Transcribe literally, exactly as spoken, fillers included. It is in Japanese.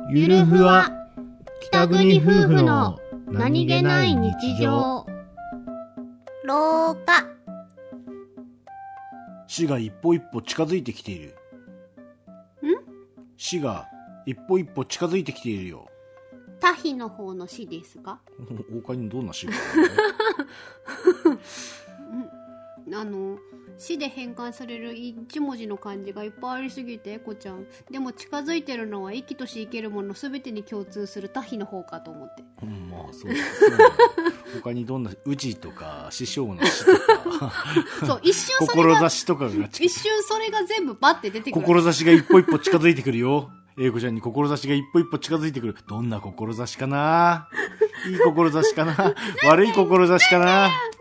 ゆるふわ北国夫婦の何気ない日常。 廊下。 死が一歩一歩近づいてきている。 ん？ 死が一歩一歩近づいてきているよ。 タヒの方の死ですか？ 他にどんな死があるあの死で変換される一文字の漢字がいっぱいありすぎて、こちゃん。でも近づいてるのは生きとし生けるものすべてに共通するタヒの方かと思って。 うん、まあそうです、ね、他にどんな宇治とか師匠の死とかそう一瞬それが志とかが一瞬それが全部バッて出てくる。 志が一歩一歩近づいてくるよ。英子ちゃんに志が一歩一歩近づいてくる。どんな志かな。いい志かな悪い志かな。